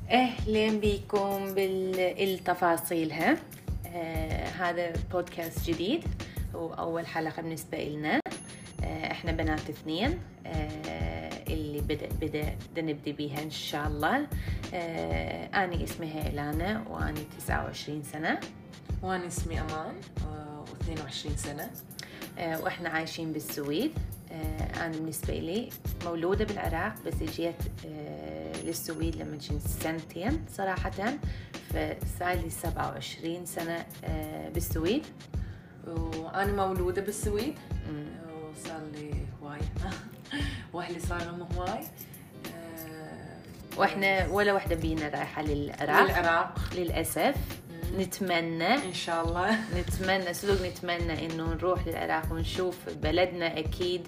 أهلا بكم بالتفاصيلها. هذا بودكاست جديد وأول حلقة بالنسبة لنا. إحنا بنات اثنين اللي بدأ نبدأ بيها إن شاء الله. أنا اسمها إلانا وأنا 29 سنة. وأنا اسمي أمان و22 سنة. وإحنا عايشين بالسويد. أنا بالنسبة لي مولودة بالعراق بس جيت للسويد لما كنت سنتين صراحة، فصار لي 27 سنة بالسويد. وأنا مولودة بالسويد وصار لي هواي وأهلي صار لهم هواي. وإحنا ولا واحدة بينا رايحة للعراق للأسف. نتمنى إن شاء الله نتمنى إنه نروح للعراق ونشوف بلدنا أكيد.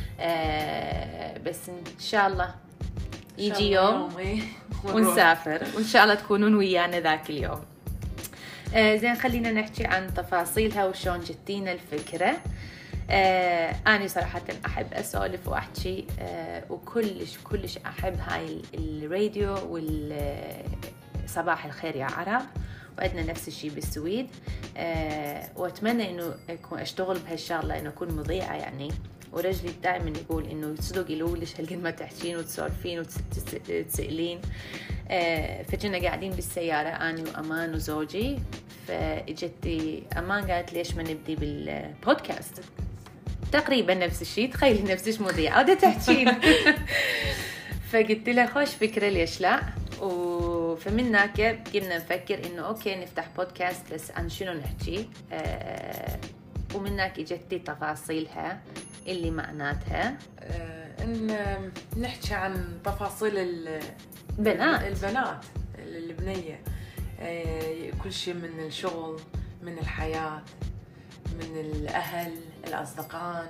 بس إن شاء الله يجي يوم ونسافر وإن شاء الله تكونون ويانا ذاك اليوم. زين، خلينا نحكي عن تفاصيلها وشون جتينا الفكرة. أنا صراحة أحب أسولف وأحكي، وكلش أحب هاي الراديو والصباح الخير يا عرب، وعندنا نفس الشيء بالسويد. وأتمنى إنه أكون أشتغل بهالشغلة، إنه أكون مذيعة يعني. ورجلي دائما يقول إنه صدق يلولش هالقد ما تحكين وتسولفين وتسألين. فكنا قاعدين بالسيارة أنا وأمان وزوجي، فإجتي أمان قالت ليش ما نبدي بالبودكاست. تقريبا نفس الشيء، تخيلي نفسش مذيعة وده تحكين. فقلت لها خوش فكرة، ليش لا. فمن هناك قمنا نفكر إنه أوكي نفتح بودكاست، بس عن شنو نحكي. ومن هناك إجتي تفاصيلها اللي معناتها إن نحكي عن تفاصيل البنات البنية، كل شيء من الشغل، من الحياة، من الأهل، الأصدقاء،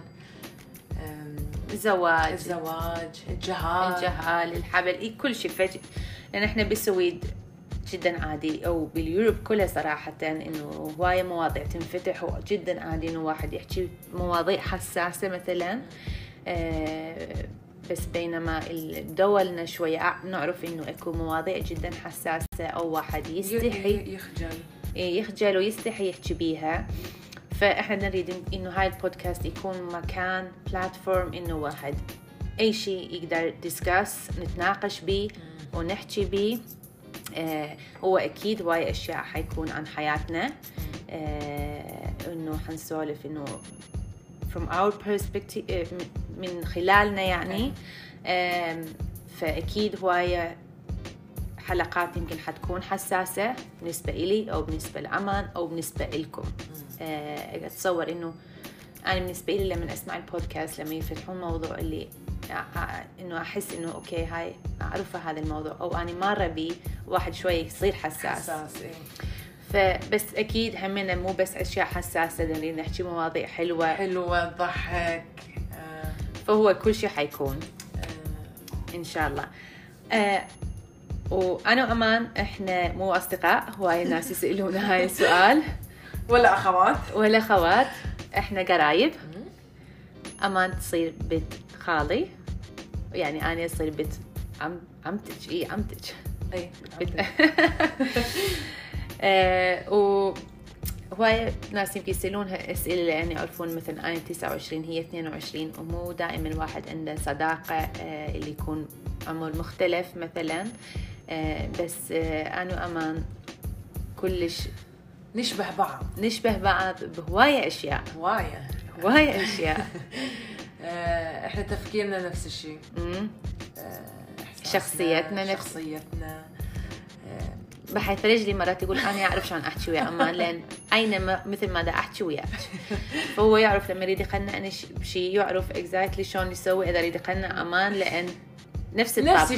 الزواج، الجهال، الحبل، كل شيء فجأة. لأن إحنا بالسويد جدا عادي، أو باليوروب كلها صراحة، إنه هواية مواضيع تنفتح، وجدا عادي إنه واحد يحكي مواضيع حساسة مثلا. بس بينما دولنا شوية نعرف إنه أكو مواضيع جدا حساسة، أو واحد يستحي يخجل ويستحي يحكي بيها. فإحنا نريد إنه هاي البودكاست يكون مكان بلاتفورم، إنه واحد أي شيء يقدر نتناقش بيه ونحكي بيه. هو أكيد هواي أشياء حيكون عن حياتنا، إنه حنسولف إنه from our perspective، من خلالنا يعني. فأكيد هواي حلقات يمكن حتكون حساسة بالنسبة إلي أو بالنسبة لعمان أو بالنسبة لكم. أتصور إنه أنا بالنسبة لي لما أسمع البودكاست، لما يفتحون موضوع اللي إنه أحس إنه أوكي هاي أعرفه هذا الموضوع، أو أنا مرة بي واحد شوي يصير حساس. فبس أكيد همنا مو بس أشياء حساسة، نريد نحكي مواضيع حلوة تضحك. فهو كل شيء حيكون إن شاء الله. وأنا وأمان إحنا مو أصدقاء، هواي الناس يسألونا هاي السؤال. ولا أخوات، إحنا قرايب. أمان تصير بنت خالي، يعني أنا أصير بنت عمتك. وهواي ناس يمكن يسألونها أسئلة لأن يعرفون مثلا أنا 29 هي 22، ومو دائما واحد عنده صداقة اللي يكون عمر مختلف مثلا. بس أنا وأمان كلش نشبه بعض بهواية أشياء. إحنا تفكيرنا نفس الشيء، شخصيتنا بحيث رجلي مرات يقول أنا أعرف شلون أحكي ويا أمان، لأن أينما مثل ما دا أحكي وياك. فهو يعرف لما يريد يقنع أنا بشيء، يعرف exactly شلون يسوي إذا يريد يقنع أمان، لأن نفس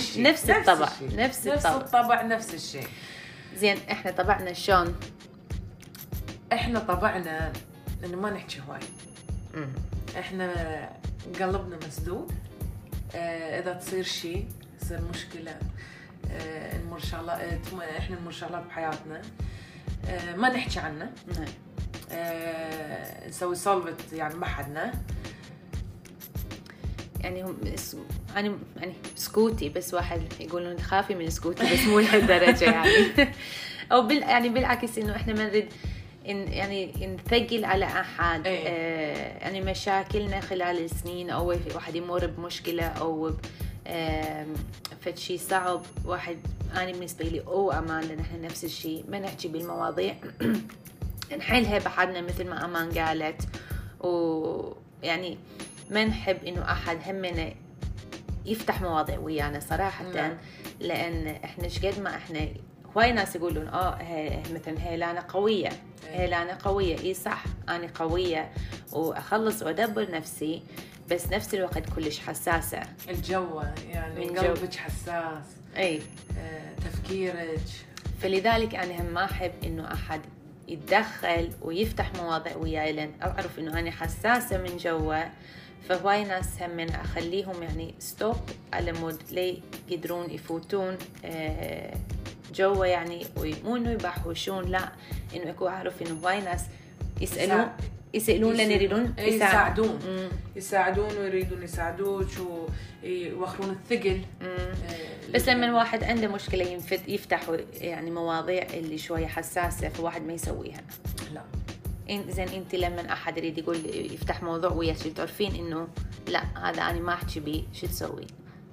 الطبع نفس الشيء. زين، إحنا طبعنا شلون؟ إحنا طبعنا إنه ما نحكي هواي. إحنا قلبنا مسدود. إذا تصير شيء، تصير مشكلة، نمر شغلات، إحنا نمر شغلات بحياتنا ما نحكي عنه. نسوي صلبت يعني ما حدنا. يعني هم يعني سكوتي، بس واحد يقولون خافي من سكوتي بس مو لهالدرجة يعني. أو يعني بالعكس إنه إحنا ما نريد يعني نثقل على أحد. يعني مشاكلنا خلال السنين أو واحد يمر بمشكلة أو فد شيء صعب، واحد أنا بالنسبة لي أو أمان لنا إحنا نفس الشيء، ما نحكي بالمواضيع نحلها بحدنا مثل ما أمان قالت. ويعني ما نحب إنه أحد همنا يفتح مواضيع ويانا صراحة. لأن إحنا شقد ما إحنا هواي ناس يقولون مثلا هيلانا قوية، هيلانا قوية. إيه صح، أنا قوية وأخلص وأدبر نفسي، بس نفس الوقت كلش حساسة. الجو يعني قلبك حساس، تفكيرك. فلذلك أنا هم ما أحب إنه أحد يتدخل ويفتح مواضيع وياي، لأن أعرف إنه أنا حساسة من جوا. فهواي ناس هم من أخليهم يعني ستوب على مود لي يقدرون يفوتون جوا يعني، ومو إنه يبحوشون، لا إنه أكو أعرف إنه هواي ناس يسألون لأن يريدون يساعدون ويريدون يساعدوك ويوخرون الثقل. بس لما واحد عنده مشكلة يفتح يعني مواضيع اللي شوية حساسة، فواحد ما يسويها. لا زين انت لما احد يريد يقول يفتح موضوع وياك تعرفين انه لا هذا انا ما احكي بيه، شو تسوي؟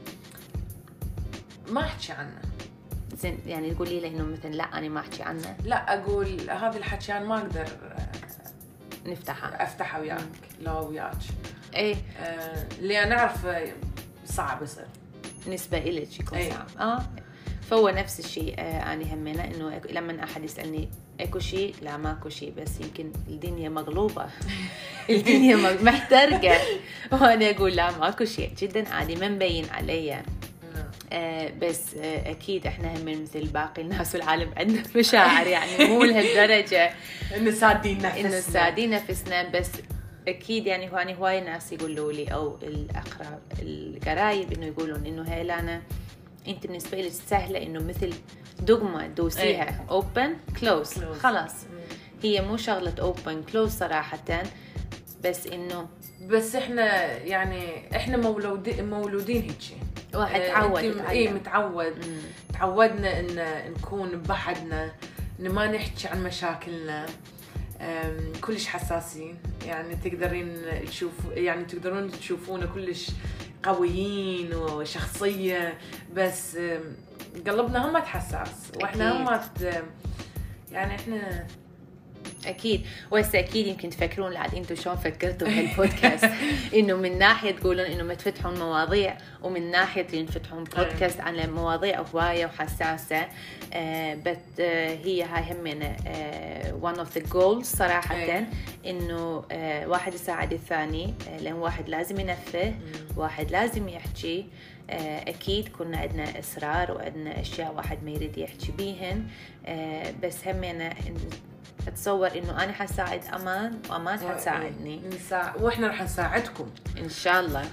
ما احكي عنه. زين يعني تقولي له انه مثلا لا انا ما احكي عنه. لا اقول هذا الحكي انا ما اقدر افتحه وياك لا وياك. اللي انا اعرف صعب يصير بالنسبه لك يكون صعب. فهو نفس الشيء. انا همنا انه لما احد يسالني اكو شيء، لا ماكو شيء، بس يمكن الدنيا مغلوبه الدنيا محترقه وانا اقول لا ماكو شيء، جدا عادي ما مبين علي. بس اكيد احنا هم مثل باقي الناس والعالم عندنا مشاعر، يعني مو لهالدرجه انه سادين نفسنا. بس اكيد يعني هواي ناس يقولوا لي او الاقرب القرايب انه يقولون انه هاي لانا انت بالنسبه لك سهله، انه مثل دقمه دوسيها اوبن كلوز خلاص. هي مو شغله اوبن كلوز صراحه، بس انه احنا يعني احنا مولودين هيك واحد تعود تعودنا ان نكون بحدنا، ان ما نحكي عن مشاكلنا. كلش حساسين، يعني تقدرون تشوفونا كلش قويين وشخصية، بس قلبنا هم حساس واحنا هم يعني احنا اكيد. وهسه اكيد يمكن تفكرون لعد انتم شلون فكرتوا بهالبودكاست انه من ناحيه تقولون انه ما تفتحون مواضيع، ومن ناحيه ينفتحون بودكاست عن مواضيع هوايه وحساسه. بس هي هاي همنا one of the goals صراحه. انه واحد يساعد الثاني، لان واحد لازم ينفه، واحد لازم يحكي. اكيد كنا عندنا اسرار وعندنا اشياء واحد ما يريد يحكي بيهن، بس همنا اتصور انه انا حساعد امان وامان حتساعدني، واحنا راح نساعدكم ان شاء الله.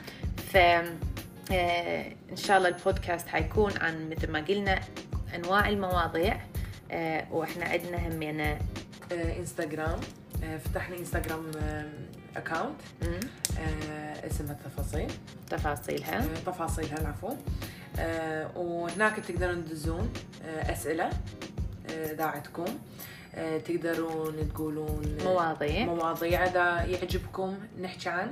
ان شاء الله البودكاست حيكون عن مثل ما قلنا انواع المواضيع. واحنا عندنا همينا انستغرام، فتحنا انستغرام اكاونت اسمها تفاصيلها العفو. وهناك تقدرون تدزون اسئله داعتكم، تقدرون تقولون مواضيع إذا يعجبكم نحكي عنه.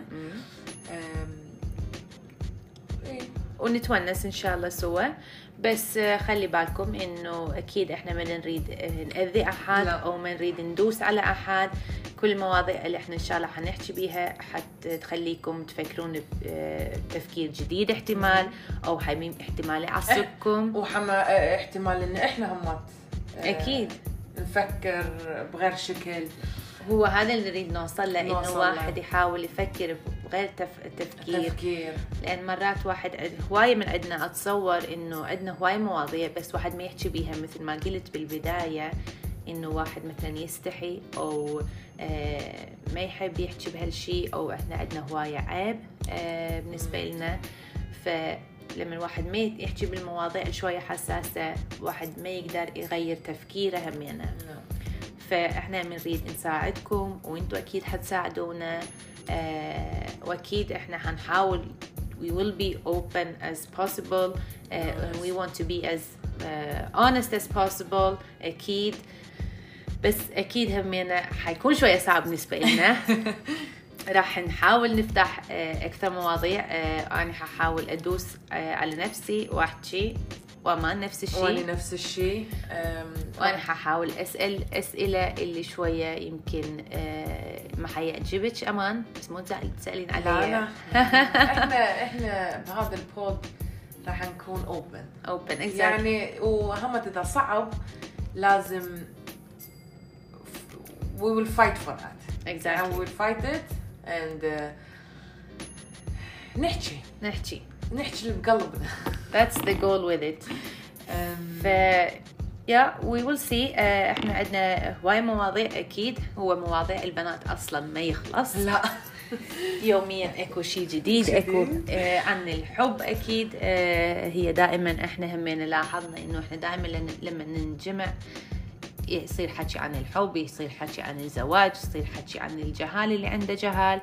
ونتونس إن شاء الله سوا. بس خلي بالكم إنه أكيد إحنا ما نريد نأذي أحد أو ما نريد ندوس على أحد. كل المواضيع اللي إحنا إن شاء الله حنحكي بيها حتى تخليكم تفكرون بتفكير جديد احتمال، أو احتمال يعصبكم، احتمال إن إحنا هم أكيد نفكر بغير شكل. هو هذا اللي نريد نوصل له، إنه واحد يحاول يفكر بغير تفكير. لأن مرات واحد هواية من عندنا أتصور إنه عندنا هواية مواضيع بس واحد ما يحكي بيها، مثل ما قلت بالبداية إنه واحد مثلا يستحي أو ما يحب يحكي بهالشي، أو إحنا عندنا هواية عيب بالنسبة لنا. لما الواحد ما يحكي بالمواضيع شوية حساسة، واحد ما يقدر يغير تفكيره همينا. فإحنا بنريد نساعدكم وإنتوا أكيد حتساعدونا. وأكيد إحنا حنحاول we will be open as possible and we want to be as honest as possible. أكيد، بس أكيد همينا حيكون شوية صعب بالنسبة لنا. راح نحاول نفتح أكثر مواضيع. أنا ححاول أدوس على نفسي وأحكي، وأمان نفس الشيء، وأنا نفس الشيء. وأنا ححاول أسأل أسئلة اللي شوية يمكن ما حيعجبك أمان، بس مو تسألين عليها. لا إحنا بهذا البود راح نكون open exactly. يعني وهم إذا صعب لازم we will fight for that. exactly. and we will fight it and نحكي اللي بقلبنا. that's the goal with it. we will see. احنا عندنا هواي مواضيع. اكيد هو مواضيع البنات اصلا ما يخلص. لا يوميا اكو شيء جديد. اكو عن الحب. اكيد هي دائما احنا همين لاحظنا انه احنا دائما لما ننجمع يصير حكي عن الحب، يصير حكي عن الزواج، يصير حكي عن الجهال اللي عنده جهال،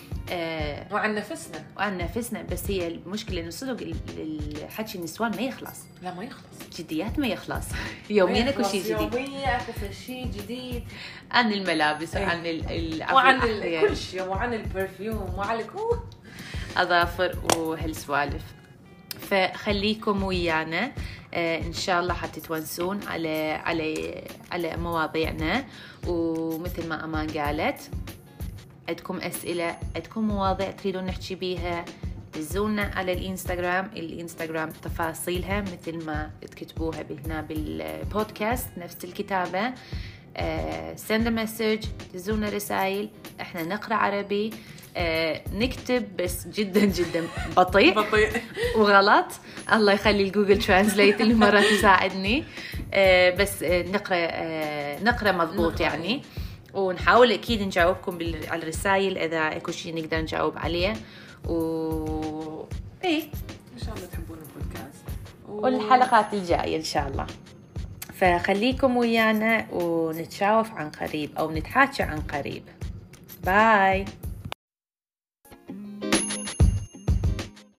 وعن نفسنا. بس هي المشكلة إنه صدق الحكي النسوان ما يخلص. لا ما يخلص، جديات ما يخلص. يوميا اكو شيء جديد، يوميا اكو شيء جديد عن الملابس وعن وعن كل شيء، وعن البرفيوم وعن اظافر وهالسوالف. فخليكم ويانا ان شاء الله حتتونسون على مواضيعنا. ومثل ما امان قالت، عندكم اسئله، عندكم مواضيع تريدون نحكي بيها، دزونا على الانستغرام تفاصيلها مثل ما تكتبوها هنا بالبودكاست نفس الكتابه. send a message، دزونا رسائل. احنا نقرا عربي، نكتب بس جدا بطيء وغلط. الله يخلي الجوجل ترانسليت اللي مرات يساعدني. بس نقرا مضبوط يعني. ونحاول اكيد نجاوبكم على الرسائل اذا اكو شيء نقدر نجاوب عليه. ايه ان شاء الله تحبون البودكاست والحلقات الجايه ان شاء الله. فخليكم ويانا ونتشاوف عن قريب او نتحاكى عن قريب. باي.